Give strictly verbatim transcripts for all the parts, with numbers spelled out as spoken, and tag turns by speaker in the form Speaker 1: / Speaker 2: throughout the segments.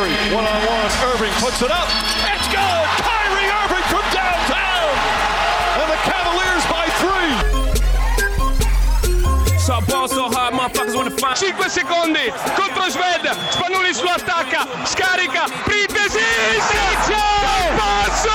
Speaker 1: Curry, one-on-one, Irving puts it up, it's good! Kyrie Irving from downtown! And the Cavaliers by three!
Speaker 2: So ball so hard, motherfuckers wanna find.
Speaker 3: cinque secondi contro Sved, Spanulis lo attacca, scarica, Printesi, Sezio, passo,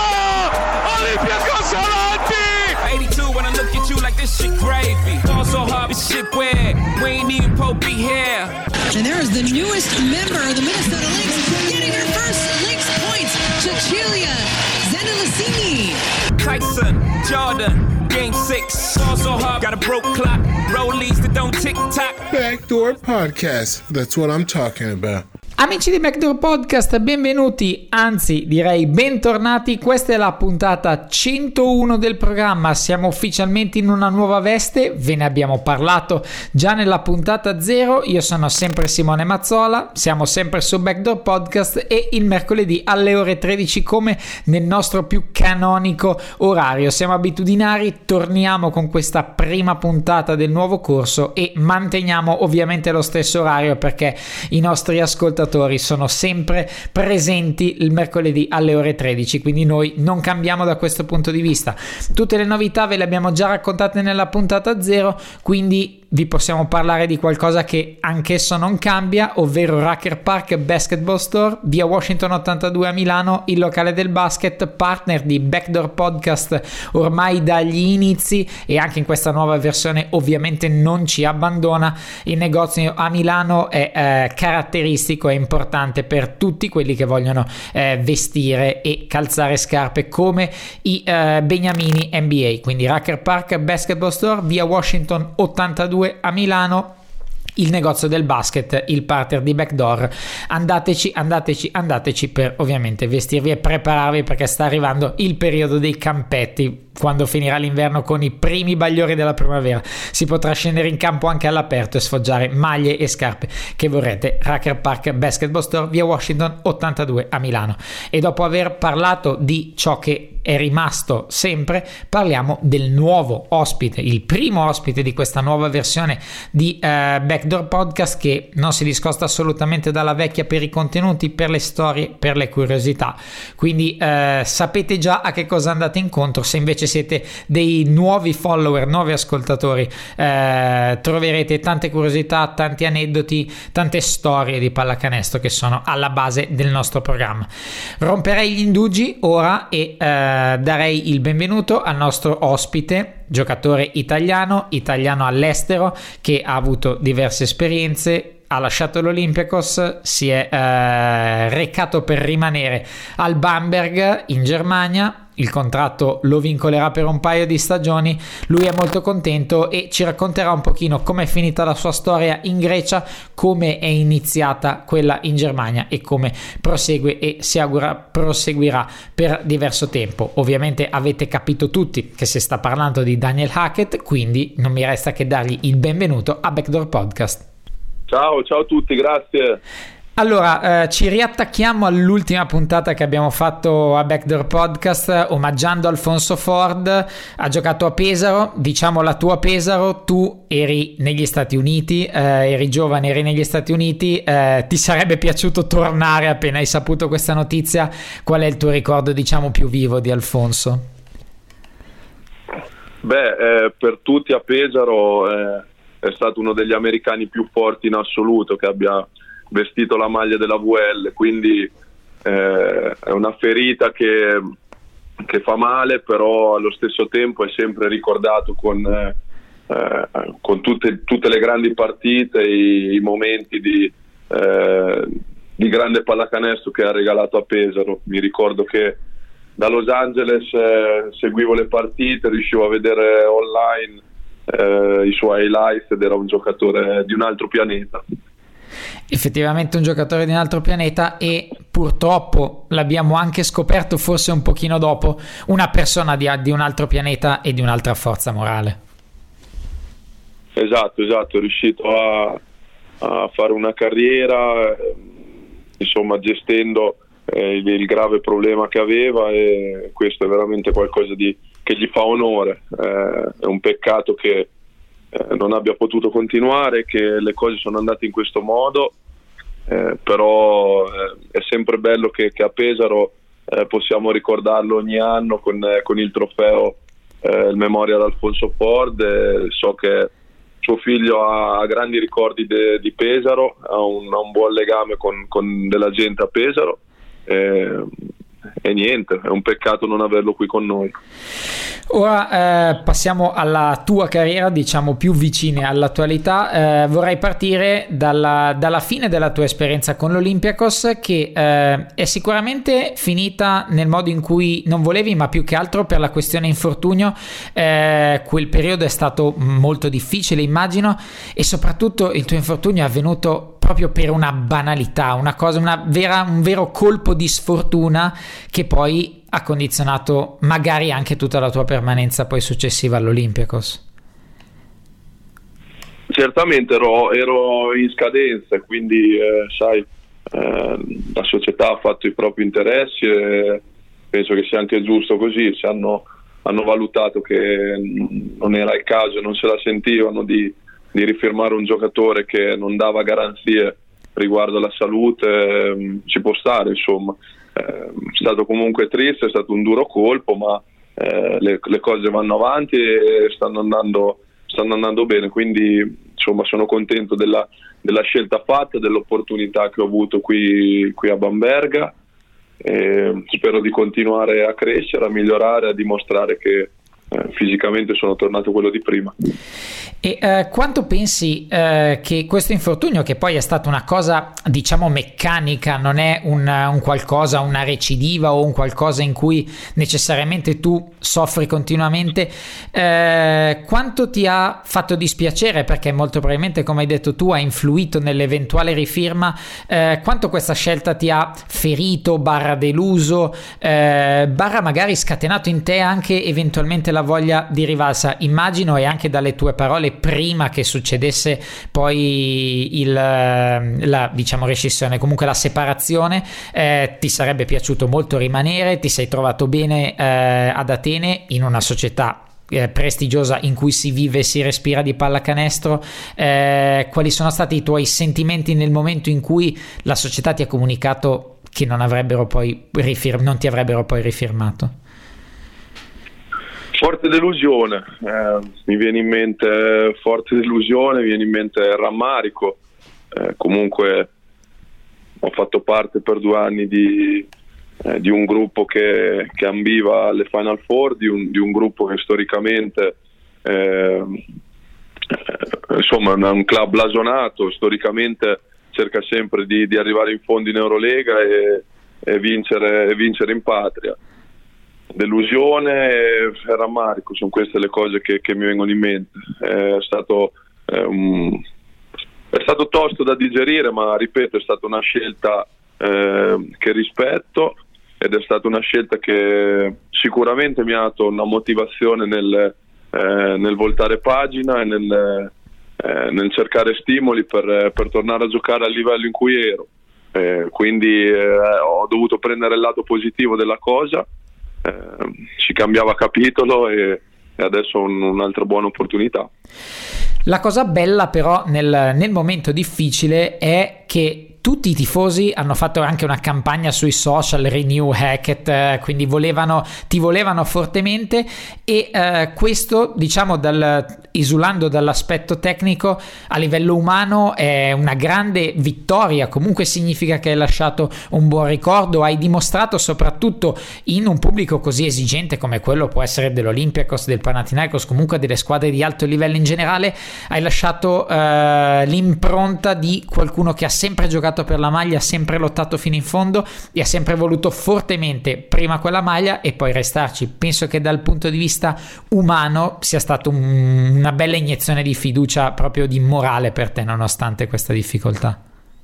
Speaker 3: Olympiacos avanti!
Speaker 2: eighty-two when I look at you like this shit gravy. Ball so hard, this shit weird. We ain't even Pope be here.
Speaker 4: And there is the newest member of the Minnesota Lynx getting her first Lynx points, Cecilia Zendelicini.
Speaker 2: Tyson, Jordan, game six. Ball so hard, got a broke clock. Rollies that don't tick tock.
Speaker 5: Backdoor Podcast, that's what I'm talking about.
Speaker 6: Amici di Backdoor Podcast, benvenuti, anzi direi bentornati. Questa è la puntata centouno del programma, siamo ufficialmente in una nuova veste, ve ne abbiamo parlato già nella puntata zero. Io sono sempre Simone Mazzola, siamo sempre su Backdoor Podcast e il mercoledì alle ore tredici come nel nostro più canonico orario. Siamo abitudinari, torniamo con questa prima puntata del nuovo corso e manteniamo ovviamente lo stesso orario perché i nostri ascoltatori sono sempre presenti il mercoledì alle ore tredici, quindi noi non cambiamo da questo punto di vista. Tutte le novità ve le abbiamo già raccontate nella puntata zero, quindi vi possiamo parlare di qualcosa che anch'esso non cambia, ovvero Rucker Park Basketball Store, via Washington ottantadue a Milano, il locale del basket, partner di Backdoor Podcast ormai dagli inizi e anche in questa nuova versione ovviamente non ci abbandona. Il negozio a Milano è eh, caratteristico e importante per tutti quelli che vogliono eh, vestire e calzare scarpe come i eh, beniamini N B A, quindi Rucker Park Basketball Store, via Washington ottantadue a Milano, il negozio del basket, il partner di Backdoor. Andateci, andateci, andateci per ovviamente vestirvi e prepararvi perché sta arrivando il periodo dei campetti. Quando finirà l'inverno con i primi bagliori della primavera si potrà scendere in campo anche all'aperto e sfoggiare maglie e scarpe che vorrete. Rucker Park Basketball Store, via Washington ottantadue a Milano. E dopo aver parlato di ciò che è rimasto sempre, parliamo del nuovo ospite, il primo ospite di questa nuova versione di uh, Backdoor Podcast, che non si discosta assolutamente dalla vecchia per i contenuti, per le storie, per le curiosità. Quindi uh, sapete già a che cosa andate incontro. Se invece siete dei nuovi follower, nuovi ascoltatori, eh, troverete tante curiosità, tanti aneddoti, tante storie di pallacanestro che sono alla base del nostro programma. Romperei gli indugi ora e eh, darei il benvenuto al nostro ospite, giocatore italiano, italiano all'estero, che ha avuto diverse esperienze, ha lasciato l'Olympiacos, si è eh, recato per rimanere al Bamberg in Germania. Il contratto lo vincolerà per un paio di stagioni, lui è molto contento e ci racconterà un pochino come è finita la sua storia in Grecia, come è iniziata quella in Germania e come prosegue e si augura proseguirà per diverso tempo. Ovviamente avete capito tutti che si sta parlando di Daniel Hackett, quindi non mi resta che dargli il benvenuto a Backdoor Podcast.
Speaker 7: Ciao, ciao a tutti, grazie.
Speaker 6: Allora, eh, ci riattacchiamo all'ultima puntata che abbiamo fatto a Backdoor Podcast, omaggiando Alfonso Ford. Ha giocato a Pesaro, diciamo la tua Pesaro, tu eri negli Stati Uniti, eh, eri giovane, eri negli Stati Uniti, eh, ti sarebbe piaciuto tornare appena hai saputo questa notizia? Qual è il tuo ricordo, diciamo, più vivo di Alfonso?
Speaker 7: Beh, eh, per tutti a Pesaro eh, è stato uno degli americani più forti in assoluto che abbia vestito la maglia della V L, quindi eh, è una ferita che, che fa male, però allo stesso tempo è sempre ricordato con, eh, con tutte, tutte le grandi partite, i, i momenti di, eh, di grande pallacanestro che ha regalato a Pesaro. Mi ricordo che da Los Angeles eh, seguivo le partite, riuscivo a vedere online eh, i suoi highlights ed era un giocatore di un altro pianeta.
Speaker 6: Effettivamente un giocatore di un altro pianeta e purtroppo l'abbiamo anche scoperto forse un pochino dopo, una persona di, di un altro pianeta e di un'altra forza morale.
Speaker 7: Esatto, esatto, è riuscito a, a fare una carriera eh, insomma gestendo eh, il, il grave problema che aveva, e questo è veramente qualcosa di, che gli fa onore. Eh, è un peccato che non abbia potuto continuare, che le cose sono andate in questo modo, eh, però eh, è sempre bello che, che a Pesaro eh, possiamo ricordarlo ogni anno con, eh, con il trofeo, eh, il Memorial Alfonso Ford. Eh, so che suo figlio ha, ha grandi ricordi de, di Pesaro, ha un, ha un buon legame con, con della gente a Pesaro, eh, e niente, è un peccato non averlo qui con noi.
Speaker 6: Ora eh, passiamo alla tua carriera, diciamo più vicine all'attualità. Eh, vorrei partire dalla, dalla fine della tua esperienza con l'Olympiakos, che eh, è sicuramente finita nel modo in cui non volevi, ma più che altro per la questione infortunio. Eh, quel periodo è stato molto difficile, immagino, e soprattutto il tuo infortunio è avvenuto proprio per una banalità, una cosa, una vera, un vero colpo di sfortuna che poi ha condizionato magari anche tutta la tua permanenza poi successiva all'Olympiakos.
Speaker 7: Certamente ero, ero in scadenza, quindi eh, sai, eh, la società ha fatto i propri interessi e penso che sia anche giusto così. Se hanno, hanno valutato che non era il caso, non se la sentivano di, di rifirmare un giocatore che non dava garanzie riguardo alla salute, eh, ci può stare, insomma. Eh, è stato comunque triste, è stato un duro colpo, ma eh, le, le cose vanno avanti e stanno andando, stanno andando bene, quindi insomma sono contento della, della scelta fatta, dell'opportunità che ho avuto qui, qui a Bamberga, e spero di continuare a crescere, a migliorare, a dimostrare che eh, fisicamente sono tornato quello di prima.
Speaker 6: E eh, quanto pensi eh, che questo infortunio, che poi è stata una cosa diciamo meccanica, non è un, un qualcosa, una recidiva o un qualcosa in cui necessariamente tu soffri continuamente, eh, quanto ti ha fatto dispiacere, perché molto probabilmente, come hai detto tu, ha influito nell'eventuale rifirma, eh, quanto questa scelta ti ha ferito, barra deluso, eh, barra magari scatenato in te anche eventualmente la voglia di rivalsa? Immagino, e anche dalle tue parole prima che succedesse poi il, la diciamo rescissione, comunque la separazione, eh, ti sarebbe piaciuto molto rimanere, ti sei trovato bene eh, ad Atene, in una società eh, prestigiosa in cui si vive e si respira di pallacanestro. Eh, quali sono stati i tuoi sentimenti nel momento in cui la società ti ha comunicato che non avrebbero poi rifir- non ti avrebbero poi rifirmato?
Speaker 7: Forte delusione, eh, mi viene in mente forte delusione, mi viene in mente rammarico. Eh, comunque ho fatto parte per due anni di, eh, di un gruppo che, che ambiva alle Final Four, di un, di un gruppo che storicamente eh, eh, insomma è un club blasonato, storicamente cerca sempre di, di arrivare in fondo in Eurolega e, e, vincere, e vincere in patria. Delusione e rammarico sono queste le cose che, che mi vengono in mente. È stato, è, un, è stato tosto da digerire, ma ripeto, è stata una scelta eh, che rispetto, ed è stata una scelta che sicuramente mi ha dato una motivazione nel, eh, nel voltare pagina e nel, eh, nel cercare stimoli per, per tornare a giocare al livello in cui ero. Eh, quindi eh, ho dovuto prendere il lato positivo della cosa. Eh, si cambiava capitolo e, e adesso un, un'altra buona opportunità.
Speaker 6: La cosa bella però nel, nel momento difficile è che tutti i tifosi hanno fatto anche una campagna sui social, Renew Hackett, eh, quindi volevano, ti volevano fortemente, e eh, questo, diciamo, dal, esulando dall'aspetto tecnico, a livello umano è una grande vittoria. Comunque significa che hai lasciato un buon ricordo, hai dimostrato, soprattutto in un pubblico così esigente come quello può essere dell'Olympiakos, del Panathinaikos, comunque delle squadre di alto livello in generale, hai lasciato eh, l'impronta di qualcuno che ha sempre giocato per la maglia, ha sempre lottato fino in fondo e ha sempre voluto fortemente prima quella maglia e poi restarci. Penso che dal punto di vista umano sia stata un, una bella iniezione di fiducia, proprio di morale per te, nonostante questa difficoltà.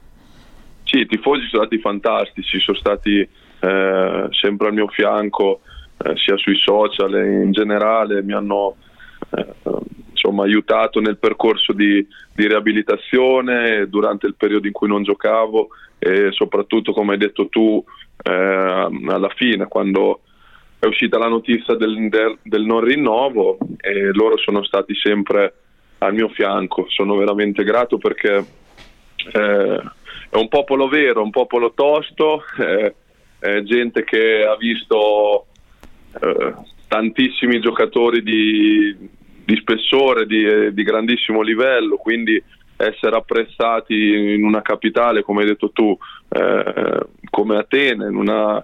Speaker 7: Sì, i tifosi sono stati fantastici, sono stati eh, sempre al mio fianco, eh, sia sui social e in generale, mi hanno eh, insomma aiutato nel percorso di, di riabilitazione durante il periodo in cui non giocavo, e soprattutto, come hai detto tu, eh, alla fine, quando è uscita la notizia del, del, del non rinnovo, e loro sono stati sempre al mio fianco. Sono veramente grato perché eh, è un popolo vero, un popolo tosto, eh, è gente che ha visto eh, tantissimi giocatori di, di spessore, di, di grandissimo livello, quindi essere apprezzati in una capitale, come hai detto tu, eh, come Atene, in una,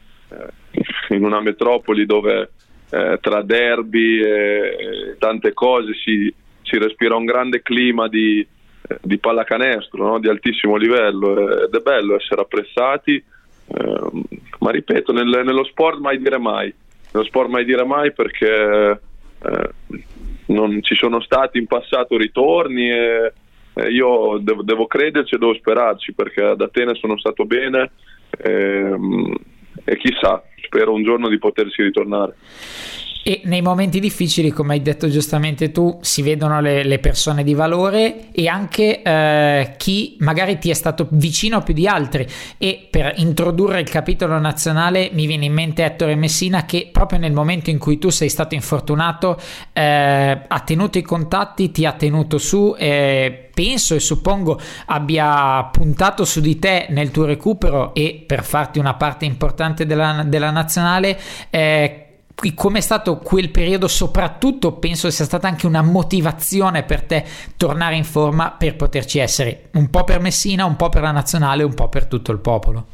Speaker 7: eh, in una metropoli dove eh, tra derby e tante cose si, si respira un grande clima di di pallacanestro, no? Di altissimo livello, ed è bello essere apprezzati, eh, ma ripeto, nel, nello sport mai dire mai, nello sport mai dire mai perché eh, non ci sono stati in passato ritorni e, e io devo, devo crederci e devo sperarci, perché ad Atene sono stato bene e, e chissà, spero un giorno di poterci ritornare.
Speaker 6: E nei momenti difficili, come hai detto giustamente tu, si vedono le, le persone di valore e anche eh, chi magari ti è stato vicino più di altri. E per introdurre il capitolo nazionale mi viene in mente Ettore Messina, che proprio nel momento in cui tu sei stato infortunato eh, ha tenuto i contatti, ti ha tenuto su, eh, penso e suppongo abbia puntato su di te nel tuo recupero e per farti una parte importante della, della nazionale. eh, Come è stato quel periodo? Soprattutto penso sia stata anche una motivazione per te tornare in forma per poterci essere, un po' per Messina, un po' per la nazionale, un po' per tutto il popolo.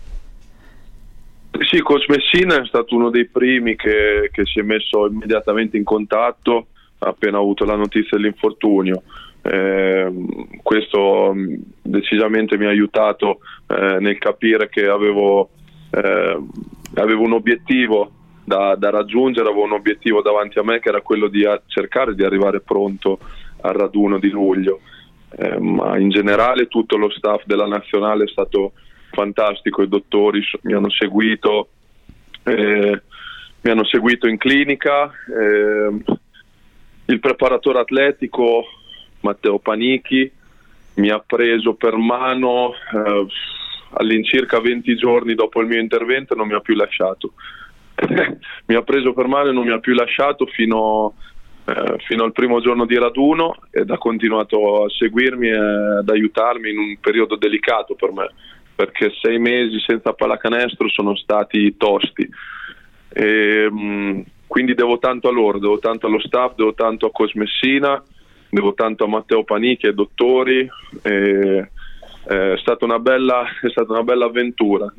Speaker 7: Sì, coach Messina è stato uno dei primi che, che si è messo immediatamente in contatto appena avuto la notizia dell'infortunio. Eh, questo decisamente mi ha aiutato eh, nel capire che avevo, eh, avevo un obiettivo Da, da raggiungere, avevo un obiettivo davanti a me che era quello di a, cercare di arrivare pronto al raduno di luglio, eh, ma in generale tutto lo staff della nazionale è stato fantastico, i dottori mi hanno seguito eh, mi hanno seguito in clinica, eh, il preparatore atletico Matteo Panichi mi ha preso per mano eh, all'incirca venti giorni dopo il mio intervento e non mi ha più lasciato. Mi ha preso per mano e non mi ha più lasciato fino, eh, fino al primo giorno di raduno, ed ha continuato a seguirmi e ad aiutarmi in un periodo delicato per me, perché sei mesi senza pallacanestro sono stati tosti e, mh, quindi devo tanto a loro, devo tanto allo staff, devo tanto a Coach Messina, devo tanto a Matteo Panichi e ai dottori e, è stata una bella, è stata una bella avventura.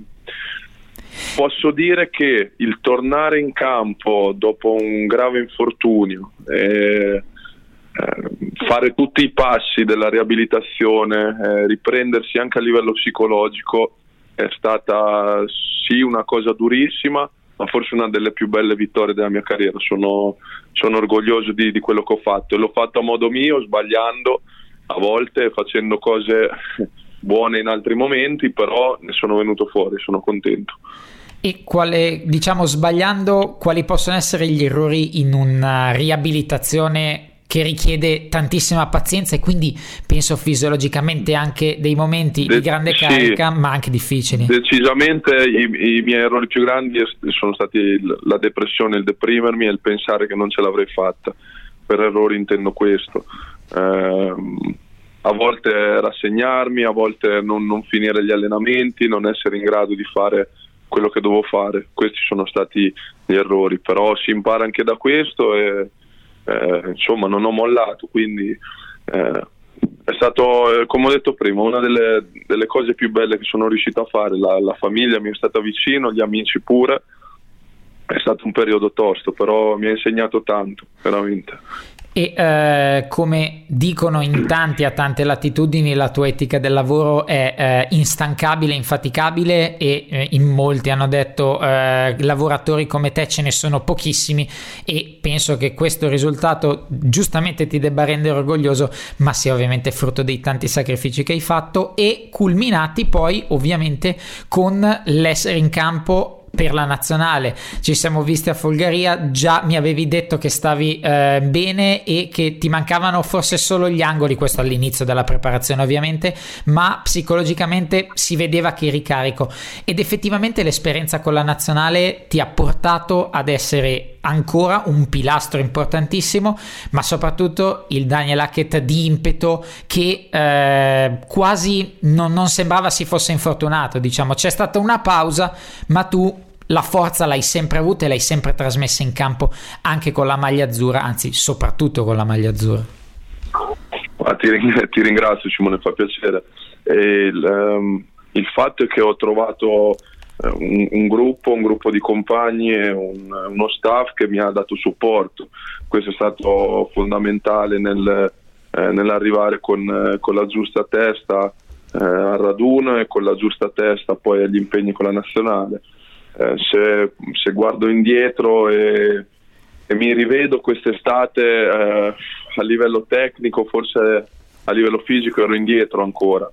Speaker 7: Posso dire che il tornare in campo dopo un grave infortunio, eh, eh, fare tutti i passi della riabilitazione, eh, riprendersi anche a livello psicologico, è stata sì una cosa durissima, ma forse una delle più belle vittorie della mia carriera. Sono, sono orgoglioso di, di quello che ho fatto, e l'ho fatto a modo mio, sbagliando a volte, facendo cose buone in altri momenti, però ne sono venuto fuori, sono contento.
Speaker 6: E quale, diciamo sbagliando, quali possono essere gli errori in una riabilitazione che richiede tantissima pazienza e quindi penso fisiologicamente anche dei momenti De- di grande sì, carica ma anche difficili? Decisamente
Speaker 7: i, i miei errori più grandi sono stati la depressione, il deprimermi e il pensare che non ce l'avrei fatta. Per errori intendo questo, eh, a volte rassegnarmi, a volte non, non finire gli allenamenti, non essere in grado di fare quello che dovevo fare. Questi sono stati gli errori, però si impara anche da questo e eh, insomma non ho mollato, quindi eh, è stato, eh, come ho detto prima, una delle, delle cose più belle che sono riuscito a fare. La, la famiglia mi è stata vicino, gli amici pure. È stato un periodo tosto, però mi ha insegnato tanto, veramente.
Speaker 6: E eh, come dicono in tanti a tante latitudini, la tua etica del lavoro è eh, instancabile, infaticabile, e eh, in molti hanno detto eh, lavoratori come te ce ne sono pochissimi, e penso che questo risultato giustamente ti debba rendere orgoglioso, ma sia ovviamente frutto dei tanti sacrifici che hai fatto, e culminati poi ovviamente con l'essere in campo per la nazionale. Ci siamo visti a Folgaria, già mi avevi detto che stavi eh, bene e che ti mancavano forse solo gli angoli, questo all'inizio della preparazione ovviamente, ma psicologicamente si vedeva che eri carico, ed effettivamente l'esperienza con la nazionale ti ha portato ad essere ancora un pilastro importantissimo, ma soprattutto il Daniel Hackett di impeto che eh, quasi non, non sembrava si fosse infortunato, diciamo. C'è stata una pausa, ma tu la forza l'hai sempre avuta e l'hai sempre trasmessa in campo anche con la maglia azzurra, anzi soprattutto con la maglia azzurra.
Speaker 7: Ah, ti, ti ringrazio Simone, fa piacere. E il, um, il fatto è che ho trovato un, un gruppo, un gruppo di compagni e un, uno staff che mi ha dato supporto. Questo è stato fondamentale nel, eh, nell'arrivare con, eh, con la giusta testa eh, al raduno e con la giusta testa poi agli impegni con la nazionale. Eh, se, se guardo indietro e, e mi rivedo quest'estate eh, a livello tecnico, forse a livello fisico ero indietro ancora.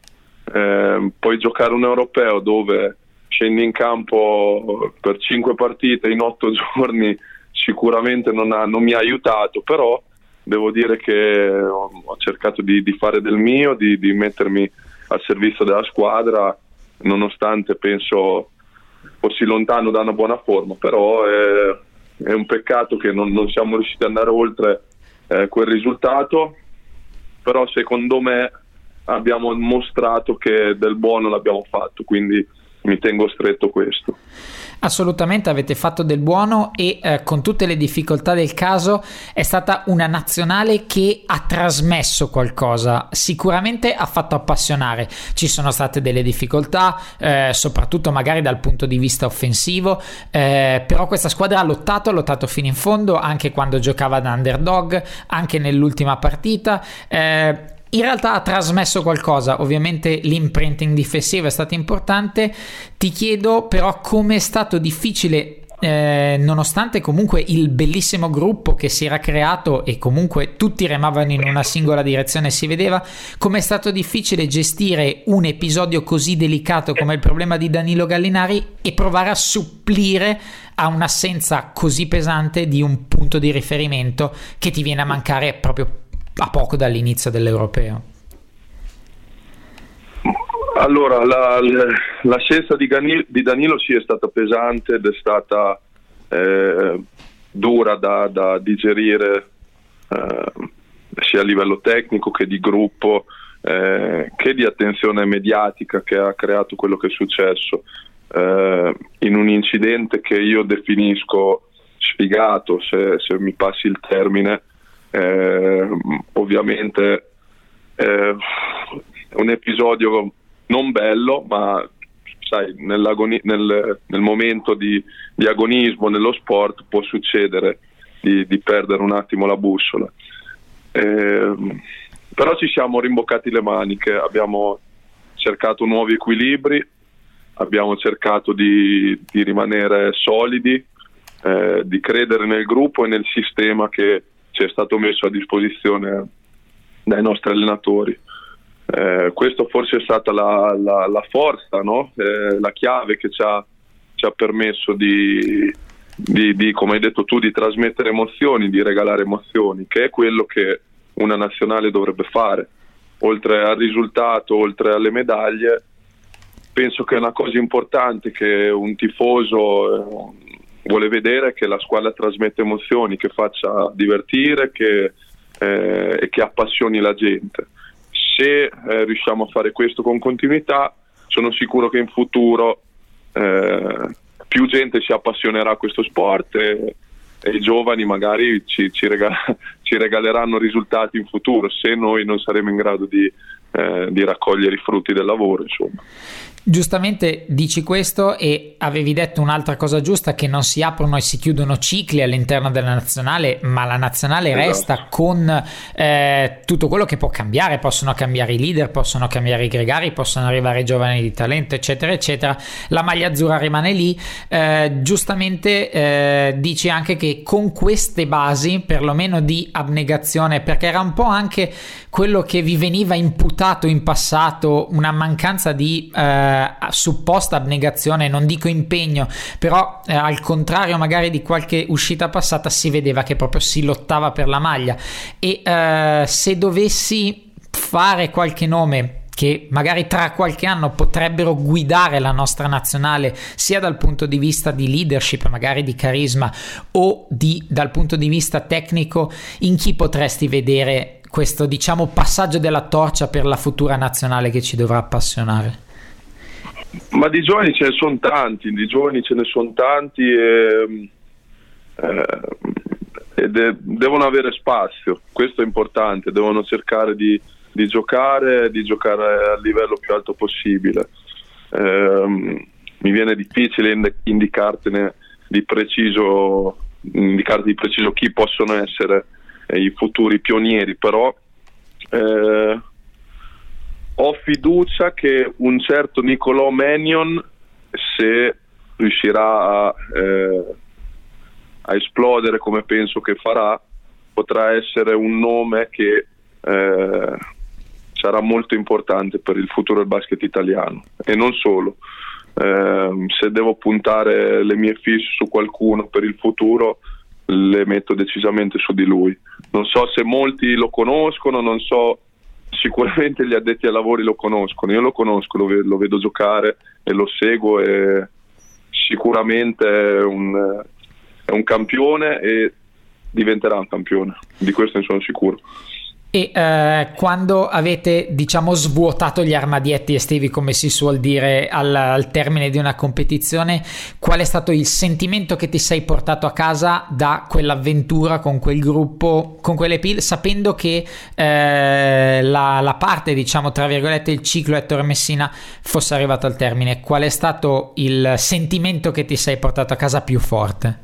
Speaker 7: Eh, poi giocare un europeo dove scendi in campo per cinque partite in otto giorni sicuramente non, ha, non mi ha aiutato, però devo dire che ho, ho cercato di, di fare del mio, di, di mettermi al servizio della squadra, nonostante penso fossi lontano da una buona forma, però è, è un peccato che non, non siamo riusciti ad andare oltre eh, quel risultato, però secondo me abbiamo mostrato che del buono l'abbiamo fatto, quindi mi tengo stretto questo.
Speaker 6: Assolutamente avete fatto del buono e eh, con tutte le difficoltà del caso è stata una nazionale che ha trasmesso qualcosa, sicuramente ha fatto appassionare. Ci sono state delle difficoltà eh, soprattutto magari dal punto di vista offensivo, eh, però questa squadra ha lottato, ha lottato fino in fondo anche quando giocava da underdog, anche nell'ultima partita. eh, In realtà ha trasmesso qualcosa, ovviamente l'imprinting difensivo è stato importante. Ti chiedo però come è stato difficile, eh, nonostante comunque il bellissimo gruppo che si era creato e comunque tutti remavano in una singola direzione, si vedeva, come è stato difficile gestire un episodio così delicato come il problema di Danilo Gallinari e provare a supplire a un'assenza così pesante di un punto di riferimento che ti viene a mancare proprio a poco dall'inizio dell'europeo.
Speaker 7: Allora, la, l'assenza di, Ganil, di Danilo sì è stata pesante ed è stata eh, dura da, da digerire eh, sia a livello tecnico che di gruppo eh, che di attenzione mediatica che ha creato quello che è successo eh, in un incidente che io definisco sfigato, se, se mi passi il termine. Eh, ovviamente eh, è un episodio non bello, ma sai, nel, nel momento di, di agonismo nello sport può succedere di, di perdere un attimo la bussola, eh, però ci siamo rimboccati le maniche, abbiamo cercato nuovi equilibri, abbiamo cercato di, di rimanere solidi, eh, di credere nel gruppo e nel sistema che ci è stato messo a disposizione dai nostri allenatori. Eh, questo forse è stata la, la, la forza, no? eh, la chiave che ci ha, ci ha permesso di, di, di, come hai detto tu, di trasmettere emozioni, di regalare emozioni, che è quello che una nazionale dovrebbe fare. Oltre al risultato, oltre alle medaglie, penso che è una cosa importante che un tifoso eh, vuole vedere, che la squadra trasmette emozioni, che faccia divertire, che, eh, e che appassioni la gente. Se eh, riusciamo a fare questo con continuità, sono sicuro che in futuro eh, più gente si appassionerà a questo sport e, e i giovani magari ci, ci, regala, ci regaleranno risultati in futuro, se noi non saremo in grado di, eh, di raccogliere i frutti del lavoro, insomma.
Speaker 6: Giustamente dici questo e avevi detto un'altra cosa giusta, che non si aprono e si chiudono cicli all'interno della nazionale, ma la nazionale esatto. resta con eh, tutto quello che può cambiare, possono cambiare i leader, possono cambiare i gregari, possono arrivare i giovani di talento eccetera eccetera, la maglia azzurra rimane lì. Eh, giustamente eh, dici anche che con queste basi perlomeno di abnegazione, perché era un po' anche quello che vi veniva imputato in passato, una mancanza di eh, supposta abnegazione, non dico impegno, però eh, al contrario magari di qualche uscita passata si vedeva che proprio si lottava per la maglia. E eh, se dovessi fare qualche nome che magari tra qualche anno potrebbero guidare la nostra nazionale sia dal punto di vista di leadership, magari di carisma, o di, dal punto di vista tecnico, in chi potresti vedere questo, diciamo, passaggio della torcia per la futura nazionale che ci dovrà appassionare?
Speaker 7: Ma di giovani ce ne sono tanti, di giovani ce ne sono tanti e, eh, e de- devono avere spazio, questo è importante, devono cercare di, di giocare, di giocare al livello più alto possibile. Eh, mi viene difficile ind- indicartene di preciso, indicarti di preciso chi possono essere eh, i futuri pionieri, però eh, ho fiducia che un certo Nicolò Mannion, se riuscirà a, eh, a esplodere come penso che farà, potrà essere un nome che eh, sarà molto importante per il futuro del basket italiano. E non solo, eh, se devo puntare le mie fiche su qualcuno per il futuro, le metto decisamente su di lui. Non so se molti lo conoscono, non so, sicuramente gli addetti ai lavori lo conoscono, io lo conosco, lo vedo, lo vedo giocare e lo seguo, e sicuramente è un, è un campione e diventerà un campione, di questo ne sono sicuro.
Speaker 6: E eh, quando avete, diciamo, svuotato gli armadietti estivi, come si suol dire al, al termine di una competizione, qual è stato il sentimento che ti sei portato a casa da quell'avventura con quel gruppo, con quelle pile, sapendo che eh, la, la parte, diciamo, tra virgolette, il ciclo Ettore Messina fosse arrivato al termine? Qual è stato il sentimento che ti sei portato a casa più forte?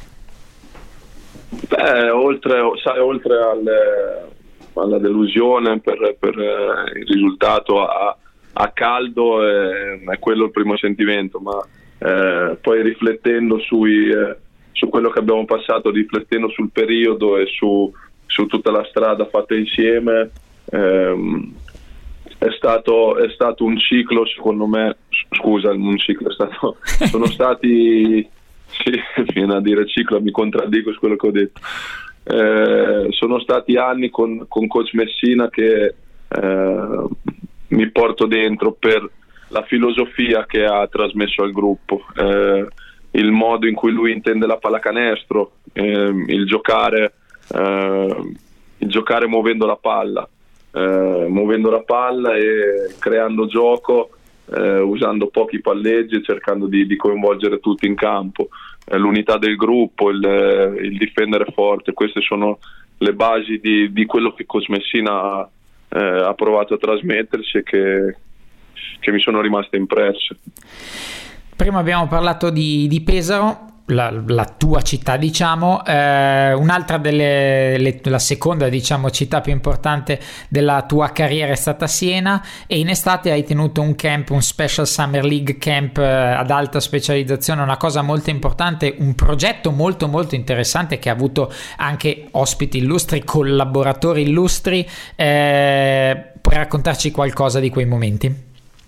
Speaker 7: Beh, oltre, sai, oltre alle alla delusione per, per eh, il risultato a, a caldo, eh, è quello il primo sentimento, ma eh, poi riflettendo sui, eh, su quello che abbiamo passato, riflettendo sul periodo e su, su tutta la strada fatta insieme, ehm, è stato, è stato un ciclo, secondo me, scusa, un ciclo è stato, sono stati, sì, fino a dire ciclo mi contraddico su quello che ho detto. Eh, sono stati anni con, con coach Messina che eh, mi porto dentro per la filosofia che ha trasmesso al gruppo, eh, il modo in cui lui intende la pallacanestro, eh, il giocare eh, il giocare muovendo la palla eh, muovendo la palla e creando gioco, eh, usando pochi palleggi e cercando di, di coinvolgere tutti in campo. L'unità del gruppo, il, il difendere forte, queste sono le basi di, di quello che Coach Messina ha, eh, ha provato a trasmetterci e che, che mi sono rimaste impresse.
Speaker 6: Prima abbiamo parlato di, di Pesaro, la, la tua città, diciamo, eh, un'altra delle le, la seconda, diciamo, città più importante della tua carriera è stata Siena, e in estate hai tenuto un camp, un Special Summer League camp eh, ad alta specializzazione, una cosa molto importante, un progetto molto molto interessante che ha avuto anche ospiti illustri, collaboratori illustri. Eh, puoi raccontarci qualcosa di quei momenti?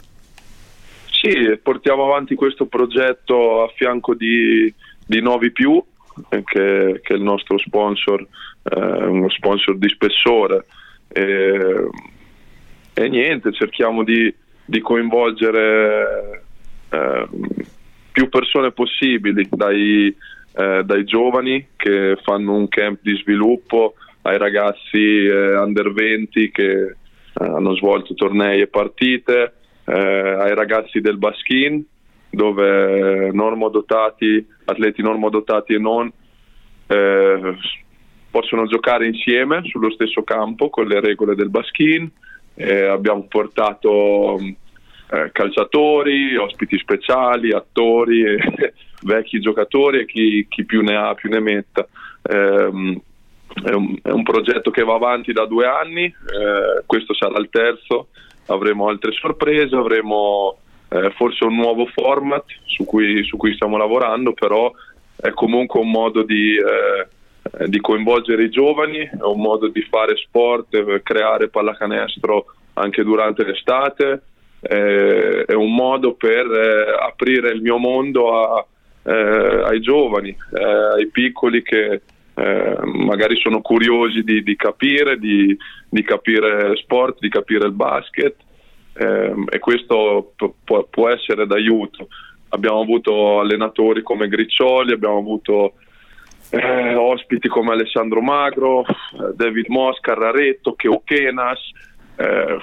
Speaker 7: Sì, portiamo avanti questo progetto a fianco di, di Novi Più, che, che è il nostro sponsor, eh, uno sponsor di spessore, e, e niente, cerchiamo di, di coinvolgere eh, più persone possibili, dai, eh, dai giovani che fanno un camp di sviluppo, ai ragazzi eh, under venti che eh, hanno svolto tornei e partite, Eh, ai ragazzi del Baskin, dove normodotati, atleti normodotati e non eh, possono giocare insieme sullo stesso campo con le regole del Baskin. Eh, abbiamo portato eh, calciatori, ospiti speciali, attori, eh, vecchi giocatori e chi, chi più ne ha più ne metta. Eh, è, un, è un progetto che va avanti da due anni, eh, questo sarà il terzo. Avremo altre sorprese, avremo eh, forse un nuovo format su cui, su cui stiamo lavorando, però è comunque un modo di, eh, di coinvolgere i giovani, è un modo di fare sport, eh, creare pallacanestro anche durante l'estate, eh, è un modo per eh, aprire il mio mondo a, eh, ai giovani, eh, ai piccoli che Eh, magari sono curiosi di, di capire di, di capire sport, di capire il basket, eh, e questo può, può essere d'aiuto. Abbiamo avuto allenatori come Griccioli, abbiamo avuto eh, ospiti come Alessandro Magro, David Moss, Carraretto, Cheo Kenas. Eh,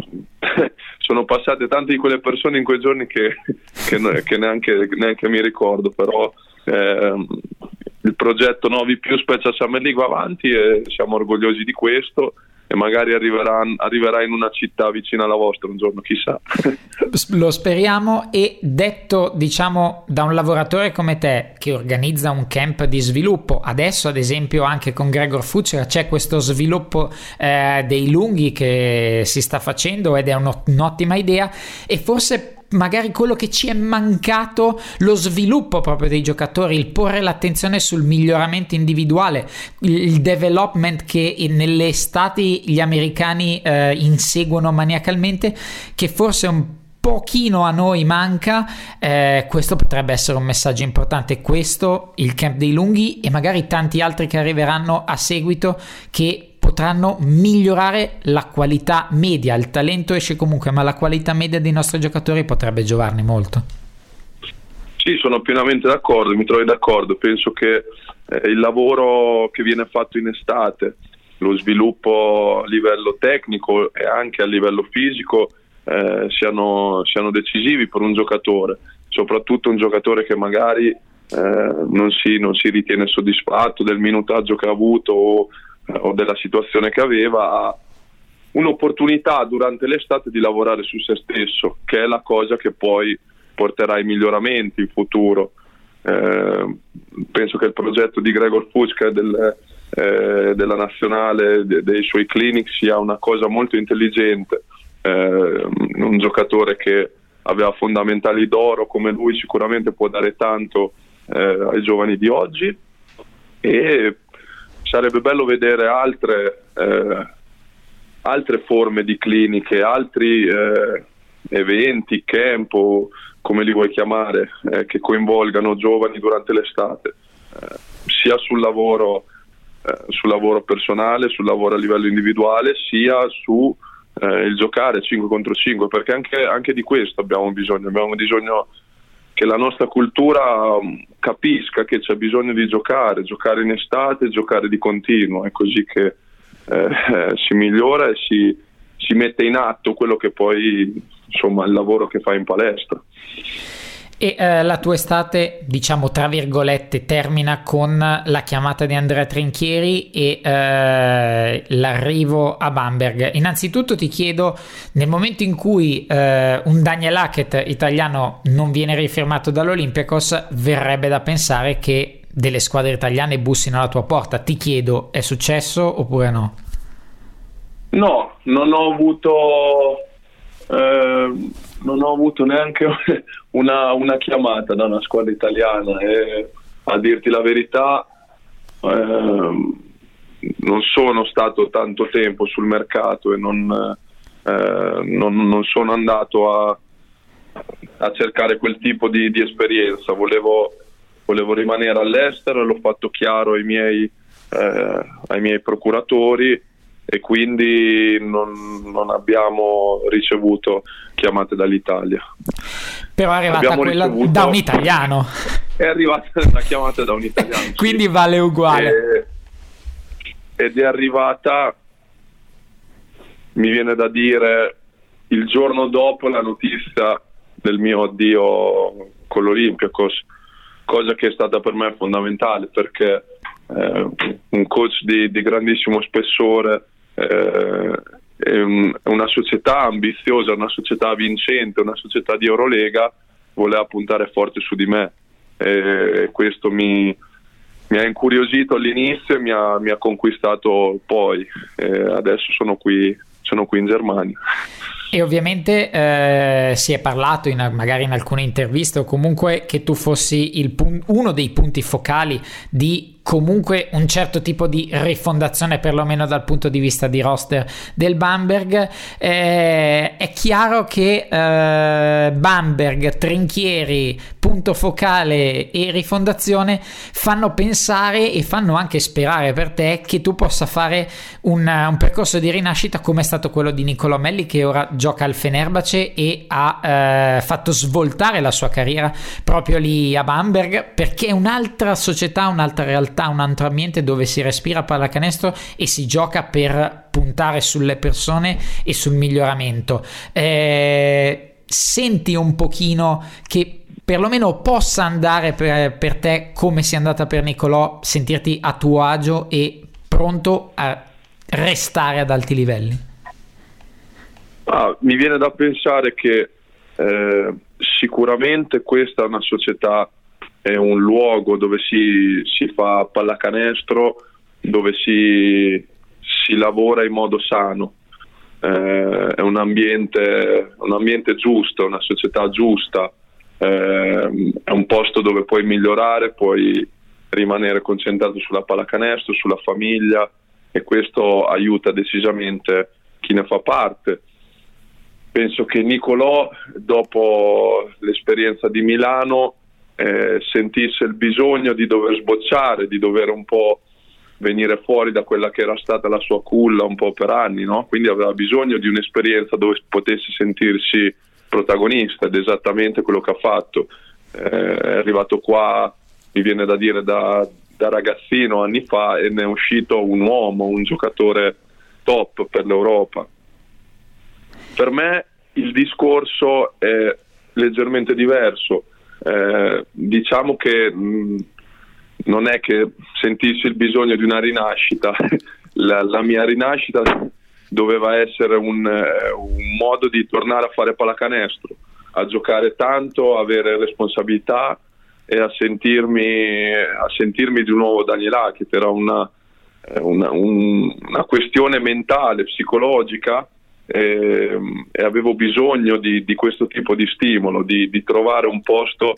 Speaker 7: sono passate tante di quelle persone in quei giorni che, che, che neanche, neanche mi ricordo, però eh, il progetto Novi più Special Summer League va avanti e siamo orgogliosi di questo, e magari arriverà, arriverà in una città vicina alla vostra un giorno, chissà.
Speaker 6: Lo speriamo. E detto, diciamo, da un lavoratore come te che organizza un camp di sviluppo, adesso ad esempio anche con Gregor Fucera c'è questo sviluppo eh, dei lunghi che si sta facendo ed è un'ottima idea, e forse magari quello che ci è mancato, lo sviluppo proprio dei giocatori, il porre l'attenzione sul miglioramento individuale, il development che nelle estati gli americani eh, inseguono maniacalmente, che forse un pochino a noi manca. Eh, questo potrebbe essere un messaggio importante, questo, il camp dei lunghi, e magari tanti altri che arriveranno a seguito, che potranno migliorare la qualità media. Il talento esce comunque, ma la qualità media dei nostri giocatori potrebbe giovarne molto.
Speaker 7: Sì, sono pienamente d'accordo, mi trovi d'accordo. Penso che eh, il lavoro che viene fatto in estate, lo sviluppo a livello tecnico e anche a livello fisico eh, siano, siano decisivi per un giocatore, soprattutto un giocatore che magari eh, non si, non si ritiene soddisfatto del minutaggio che ha avuto o o della situazione che aveva, ha un'opportunità durante l'estate di lavorare su se stesso, che è la cosa che poi porterà ai miglioramenti in futuro. Eh, penso che il progetto di Gregor Fucera del, eh, della nazionale, de, dei suoi clinic, sia una cosa molto intelligente. Eh, un giocatore che aveva fondamentali d'oro come lui sicuramente può dare tanto eh, ai giovani di oggi, e sarebbe bello vedere altre, eh, altre forme di cliniche, altri eh, eventi, camp, o come li vuoi chiamare, eh, che coinvolgano giovani durante l'estate, eh, sia sul lavoro, eh, sul lavoro personale, sul lavoro a livello individuale, sia su eh, il giocare cinque contro cinque, perché anche, anche di questo abbiamo bisogno. Abbiamo bisogno che la nostra cultura capisca che c'è bisogno di giocare, giocare in estate, giocare di continuo, è così che eh, si migliora e si, si mette in atto quello che poi, insomma, il lavoro che fai in palestra.
Speaker 6: E eh, la tua estate, diciamo tra virgolette, termina con la chiamata di Andrea Trinchieri e eh, l'arrivo a Bamberg. Innanzitutto ti chiedo, nel momento in cui eh, un Daniel Hackett italiano non viene rifirmato dall'Olympiakos, verrebbe da pensare che delle squadre italiane bussino alla tua porta. Ti chiedo, è successo oppure no?
Speaker 7: No, non ho avuto... Eh, non ho avuto neanche una, una chiamata da una squadra italiana, e a dirti la verità eh, non sono stato tanto tempo sul mercato e non, eh, non, non sono andato a, a cercare quel tipo di, di esperienza. Volevo, volevo rimanere all'estero, l'ho fatto chiaro ai miei, eh, ai miei procuratori, e quindi non, non abbiamo ricevuto chiamate dall'Italia.
Speaker 6: Però è arrivata
Speaker 7: abbiamo
Speaker 6: quella
Speaker 7: ricevuto...
Speaker 6: da un italiano.
Speaker 7: È arrivata la chiamata da un italiano.
Speaker 6: Quindi
Speaker 7: sì.
Speaker 6: Vale uguale.
Speaker 7: E, ed è arrivata, mi viene da dire, il giorno dopo la notizia del mio addio con l'Olympiakos, cosa che è stata per me fondamentale, perché eh, un coach di, di grandissimo spessore, eh, è, un, è una società ambiziosa, una società vincente, una società di Eurolega, voleva puntare forte su di me, e questo mi, mi ha incuriosito all'inizio e mi ha, mi ha conquistato poi, e adesso sono qui, sono qui in Germania.
Speaker 6: E ovviamente eh, si è parlato in, magari in alcune interviste o comunque che tu fossi il pun- uno dei punti focali di comunque un certo tipo di rifondazione, perlomeno dal punto di vista di roster del Bamberg. Eh, è chiaro che eh, Bamberg, Trinchieri, punto focale e rifondazione fanno pensare e fanno anche sperare per te che tu possa fare un, un percorso di rinascita come è stato quello di Nicolò Melli, che ora gioca al Fenerbahce e ha eh, fatto svoltare la sua carriera proprio lì a Bamberg, perché è un'altra società, un'altra realtà, un altro ambiente dove si respira pallacanestro e si gioca per puntare sulle persone e sul miglioramento. Eh, senti un pochino che perlomeno possa andare per, per te come sia andata per Nicolò, sentirti a tuo agio e pronto a restare ad alti livelli?
Speaker 7: Ah, mi viene da pensare che eh, sicuramente questa è una società, è un luogo dove si, si fa pallacanestro, dove si, si lavora in modo sano, eh, è un ambiente, un ambiente giusto, una società giusta, eh, è un posto dove puoi migliorare, puoi rimanere concentrato sulla pallacanestro, sulla famiglia, e questo aiuta decisamente chi ne fa parte. Penso che Nicolò, dopo l'esperienza di Milano, eh, sentisse il bisogno di dover sbocciare, di dover un po' venire fuori da quella che era stata la sua culla un po' per anni, no? Quindi aveva bisogno di un'esperienza dove potesse sentirsi protagonista, ed esattamente quello che ha fatto. Eh, è arrivato qua, mi viene da dire, da, da ragazzino anni fa, e ne è uscito un uomo, un giocatore top per l'Europa. Per me il discorso è leggermente diverso. Eh, diciamo che mh, non è che sentissi il bisogno di una rinascita. la, la mia rinascita doveva essere un, eh, un modo di tornare a fare pallacanestro, a giocare tanto, avere responsabilità e a sentirmi, a sentirmi di nuovo Daniel Hackett. Era una, una, un, una questione mentale, psicologica, e, e avevo bisogno di, di questo tipo di stimolo, di, di trovare un posto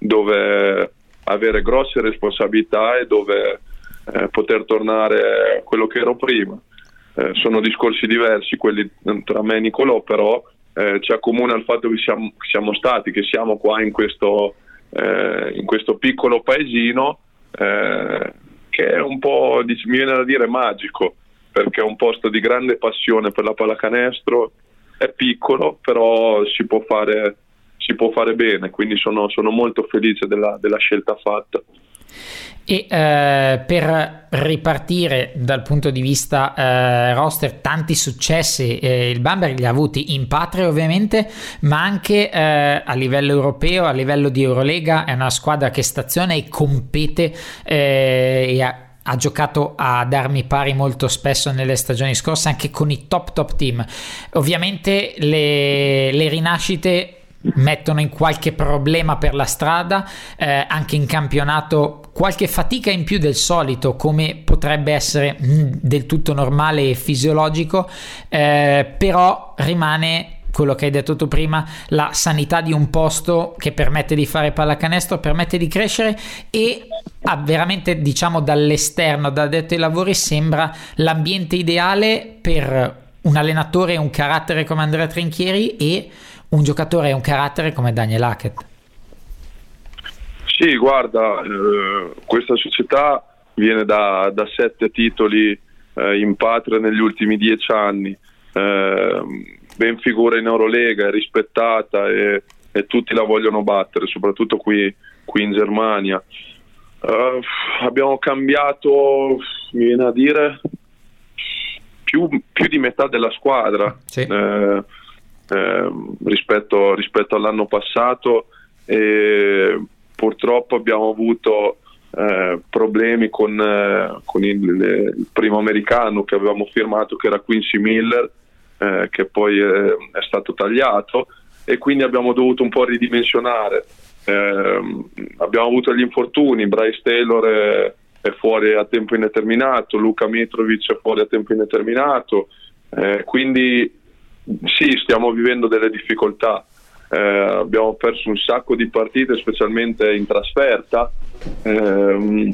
Speaker 7: dove avere grosse responsabilità e dove eh, poter tornare a quello che ero prima. Eh, sono discorsi diversi quelli tra me e Nicolò, però eh, ci accomuna il fatto che siamo, che siamo stati, che siamo qua in questo, eh, in questo piccolo paesino, eh, che è un po', mi viene da dire, magico, perché è un posto di grande passione per la pallacanestro, è piccolo, però si può fare, si può fare bene, quindi sono, sono molto felice della, della scelta fatta.
Speaker 6: E eh, per ripartire dal punto di vista eh, roster, tanti successi eh, il Bamberg li ha avuti in patria ovviamente, ma anche eh, a livello europeo, a livello di Eurolega. È una squadra che staziona e compete eh, e ha ha giocato ad armi pari molto spesso nelle stagioni scorse anche con i top top team. Ovviamente le, le rinascite mettono in qualche problema per la strada, eh, anche in campionato qualche fatica in più del solito, come potrebbe essere mh, del tutto normale e fisiologico, eh, però rimane quello che hai detto tu prima, la sanità di un posto che permette di fare pallacanestro, permette di crescere, e ah, veramente, diciamo, dall'esterno, da detto ai lavori, sembra l'ambiente ideale per un allenatore e un carattere come Andrea Trinchieri e un giocatore e un carattere come Daniel Hackett.
Speaker 7: Sì, guarda, eh, questa società viene da, da sette titoli eh, in patria negli ultimi dieci anni, eh, ben figura in Eurolega, è rispettata e, e tutti la vogliono battere, soprattutto qui, qui in Germania. Uh, abbiamo cambiato, mi viene a dire, più, più di metà della squadra, sì. eh, eh, rispetto, rispetto all'anno passato, e purtroppo abbiamo avuto eh, problemi con, eh, con il, il primo americano che avevamo firmato, che era Quincy Miller, eh, che poi è, è stato tagliato, e quindi abbiamo dovuto un po' ridimensionare. Eh, abbiamo avuto gli infortuni, Bryce Taylor è, è fuori a tempo indeterminato, Luka Mitrovic è fuori a tempo indeterminato, eh, quindi sì, stiamo vivendo delle difficoltà. Eh, abbiamo perso un sacco di partite, specialmente in trasferta, eh,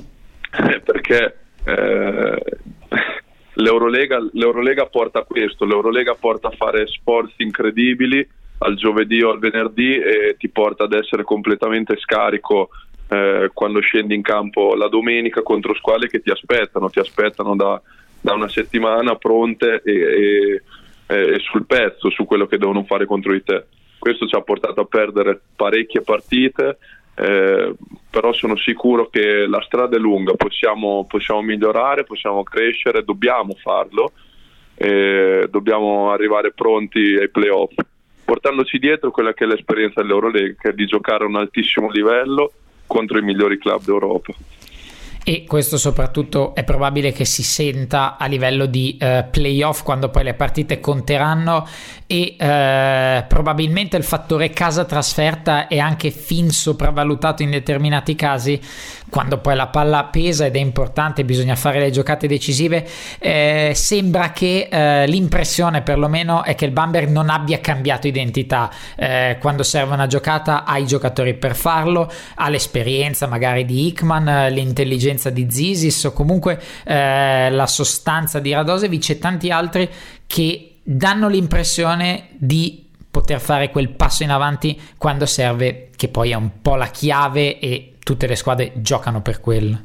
Speaker 7: perché eh, l'Eurolega, l'Eurolega porta a questo, l'Eurolega porta a fare sforzi incredibili al giovedì o al venerdì e ti porta ad essere completamente scarico eh, quando scendi in campo la domenica contro squadre che ti aspettano, ti aspettano da, da una settimana pronte e, e, e sul pezzo su quello che devono fare contro di te. Questo ci ha portato a perdere parecchie partite, eh, però sono sicuro che la strada è lunga, possiamo, possiamo migliorare, possiamo crescere, dobbiamo farlo, eh, dobbiamo arrivare pronti ai playoff, portandoci dietro quella che è l'esperienza dell'Eurolega, che è di giocare a un altissimo livello contro i migliori club d'Europa.
Speaker 6: E questo soprattutto è probabile che si senta a livello di eh, playoff, quando poi le partite conteranno, e eh, probabilmente il fattore casa trasferta è anche fin sopravvalutato in determinati casi, quando poi la palla pesa ed è importante, bisogna fare le giocate decisive. Eh, sembra che eh, l'impressione perlomeno è che il Bamberg non abbia cambiato identità. Eh, quando serve una giocata ha i giocatori per farlo, ha l'esperienza magari di Hickman, l'intelligenza di Zisis o comunque eh, la sostanza di Radosevic e tanti altri che danno l'impressione di poter fare quel passo in avanti quando serve, che poi è un po' la chiave e tutte le squadre giocano per quello.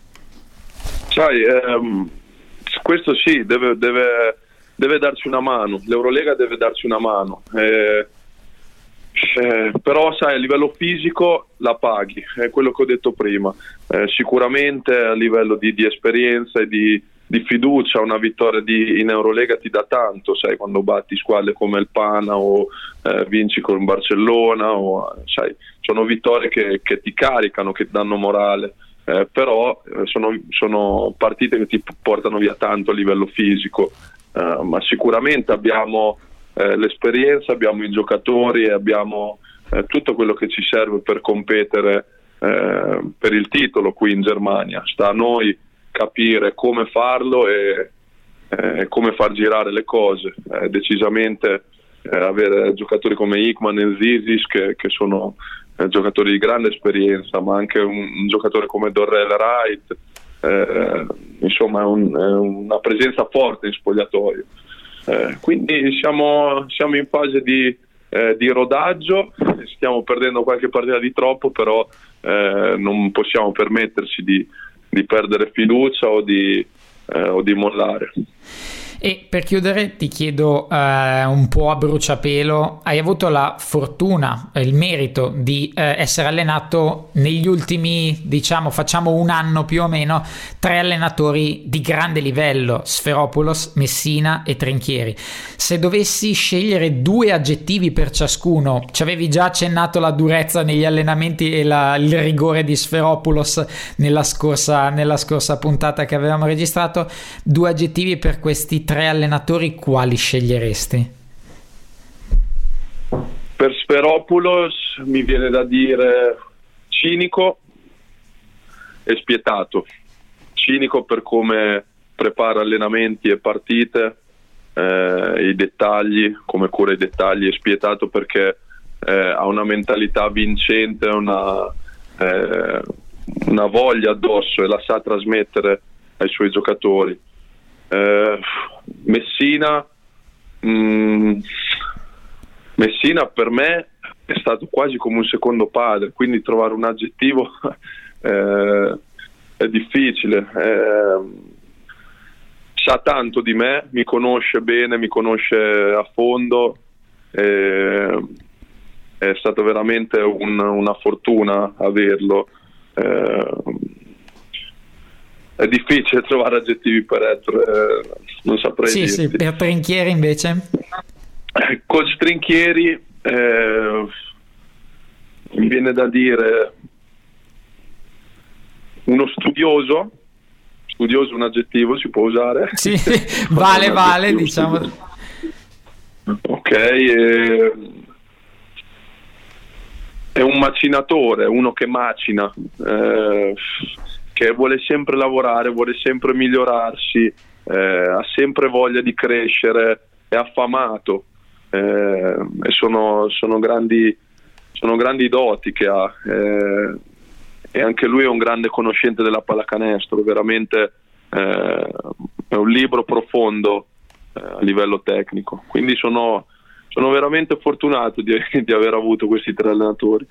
Speaker 7: Sai, ehm, questo sì, deve, deve, deve darci una mano, l'Eurolega deve darci una mano, eh, eh, però sai, a livello fisico la paghi, è quello che ho detto prima, eh, sicuramente a livello di, di esperienza e di, di fiducia una vittoria di, in Eurolega ti dà tanto, sai, quando batti squadre come il Pana o eh, vinci con Barcellona, o, sai, sono vittorie che, che ti caricano, che ti danno morale, eh, però eh, sono, sono partite che ti portano via tanto a livello fisico, eh, ma sicuramente abbiamo eh, l'esperienza, abbiamo i giocatori e abbiamo eh, tutto quello che ci serve per competere eh, per il titolo qui in Germania. Sta a noi capire come farlo e eh, come far girare le cose. Eh, decisamente eh, avere giocatori come Hickman e Zisis che, che sono eh, giocatori di grande esperienza, ma anche un, un giocatore come Dorrell Wright, eh, insomma è, un, è una presenza forte in spogliatoio. Eh, quindi siamo, siamo in fase di, eh, di rodaggio, stiamo perdendo qualche partita di troppo, però eh, non possiamo permetterci di di perdere fiducia o di, eh, o di mollare.
Speaker 6: E per chiudere ti chiedo eh, un po' a bruciapelo, hai avuto la fortuna, il merito di eh, essere allenato negli ultimi, diciamo, facciamo un anno più o meno, tre allenatori di grande livello, Sferopoulos, Messina e Trinchieri. Se dovessi scegliere due aggettivi per ciascuno, ci avevi già accennato la durezza negli allenamenti e la, il rigore di Sferopoulos nella scorsa, nella scorsa puntata che avevamo registrato, due aggettivi per questi tre tre allenatori, quali sceglieresti?
Speaker 7: Per Sferopoulos mi viene da dire cinico e spietato. Cinico per come prepara allenamenti e partite, eh, i dettagli, come cura i dettagli, e spietato perché eh, ha una mentalità vincente, una, eh, una voglia addosso e la sa trasmettere ai suoi giocatori. Eh, Messina mh, Messina per me è stato quasi come un secondo padre, quindi trovare un aggettivo eh, è difficile. Eh, sa tanto di me, mi conosce bene, mi conosce a fondo, eh, è stato veramente un, una fortuna averlo. Eh, È difficile trovare aggettivi per Ettore, eh, non saprei
Speaker 6: sì,
Speaker 7: dirti.
Speaker 6: Sì, per Trinchieri invece?
Speaker 7: Con Trinchieri eh, mi viene da dire uno studioso, studioso un aggettivo si può usare?
Speaker 6: Sì, vale, vale, diciamo.
Speaker 7: Ok, eh, è un macinatore, uno che macina, eh, che vuole sempre lavorare, vuole sempre migliorarsi, eh, ha sempre voglia di crescere, è affamato, eh, e sono, sono grandi sono grandi doti che ha, eh, e anche lui è un grande conoscente della pallacanestro, veramente eh, è un libro profondo eh, a livello tecnico, quindi sono, sono veramente fortunato di, di aver avuto questi tre allenatori.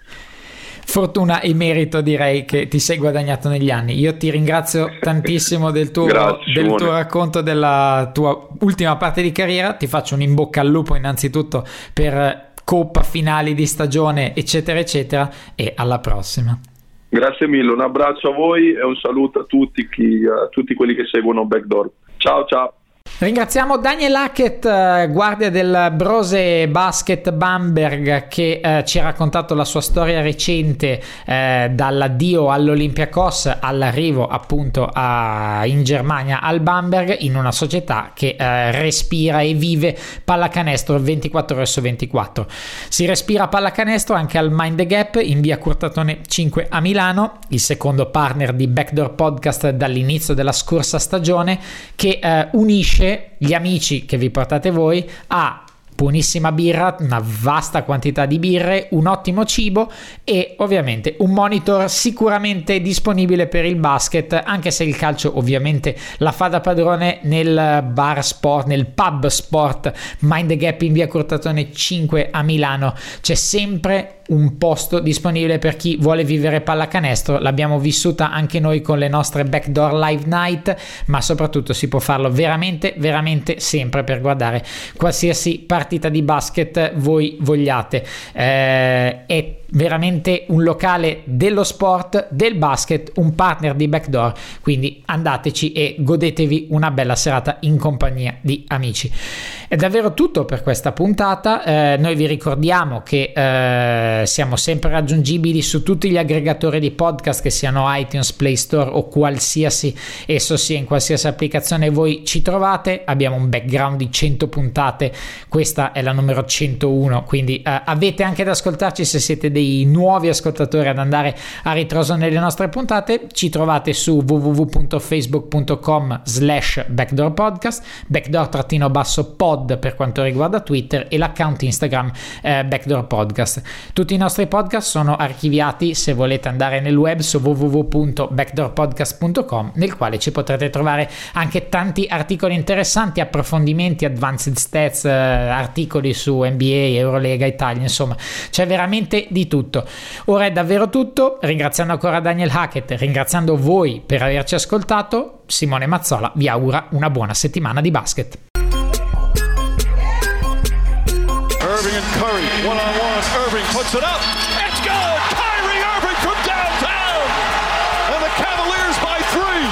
Speaker 6: Fortuna e merito, direi, che ti sei guadagnato negli anni. Io ti ringrazio tantissimo del tuo,
Speaker 7: Grazie,
Speaker 6: del tuo racconto della tua ultima parte di carriera. Ti faccio un in bocca al lupo innanzitutto per coppa, finali di stagione, eccetera eccetera, e alla prossima.
Speaker 7: Grazie mille, un abbraccio a voi e un saluto a tutti, chi, a tutti quelli che seguono Backdoor. Ciao ciao.
Speaker 6: Ringraziamo Daniel Hackett, guardia del Brose Basket Bamberg, che eh, ci ha raccontato la sua storia recente eh, dall'addio all'Olympiakos all'arrivo appunto a, in Germania al Bamberg, in una società che eh, respira e vive pallacanestro ventiquattro ore su ventiquattro. Si respira pallacanestro anche al Mind the Gap in via Curtatone cinque a Milano, il secondo partner di Backdoor Podcast dall'inizio della scorsa stagione, che eh, unisce gli amici che vi portate voi a buonissima birra, una vasta quantità di birre, un ottimo cibo e ovviamente un monitor sicuramente disponibile per il basket, anche se il calcio ovviamente la fa da padrone nel bar sport, nel pub sport Mind the Gap in via Curtatone cinque a Milano. C'è sempre un posto disponibile per chi vuole vivere pallacanestro. L'abbiamo vissuta anche noi con le nostre Backdoor Live Night, ma soprattutto si può farlo veramente veramente sempre per guardare qualsiasi partita di basket voi vogliate. Eh, è veramente un locale dello sport, del basket, un partner di Backdoor, quindi andateci e godetevi una bella serata in compagnia di amici. È davvero tutto per questa puntata. Eh, noi vi ricordiamo che eh, siamo sempre raggiungibili su tutti gli aggregatori di podcast, che siano iTunes, Play Store o qualsiasi esso sia, in qualsiasi applicazione voi ci trovate. Abbiamo un background di cento puntate, questa è la numero centouno, quindi eh, avete anche da ascoltarci se siete dei nuovi ascoltatori ad andare a ritroso nelle nostre puntate. Ci trovate su w w w punto facebook punto com slash backdoor podcast, backdoor trattino basso pod per quanto riguarda Twitter, e l'account Instagram eh, Backdoor Podcast. Tutti i nostri podcast sono archiviati, se volete andare nel web, su w w w punto backdoor podcast punto com, nel quale ci potrete trovare anche tanti articoli interessanti, approfondimenti, advanced stats, eh, articoli su N B A, Eurolega, Italia, insomma c'è veramente di tutto. Ora è davvero tutto, ringraziando ancora Daniel Hackett, ringraziando voi per averci ascoltato. Simone Mazzola vi augura una buona settimana di basket.
Speaker 1: Irving and Curry, one on one. Irving puts it up. It's good. Kyrie Irving from downtown, and the Cavaliers by three.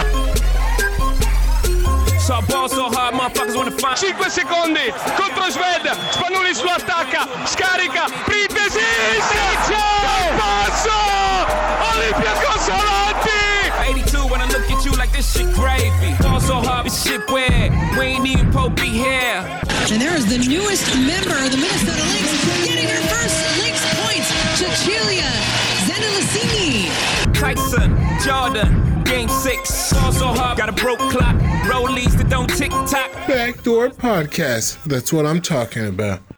Speaker 2: So ball so hard, motherfuckers wanna find.
Speaker 3: cinque secondi contro Sved, Spanulis lo attacca, scarica, Printesi, Sergio, passo, Olympiakos avanti.
Speaker 2: eighty-two when I look at you like this shit gravy. Ball so hard, this shit weird. We ain't even Pope be here.
Speaker 4: And there is the newest member of the Minnesota Lynx getting her first Lynx points, Cecilia Zendelicini.
Speaker 2: Tyson, Jordan, game six. Ball so hard, got a broke clock. Rollies that don't tick tock.
Speaker 5: Backdoor Podcast. That's what I'm talking about.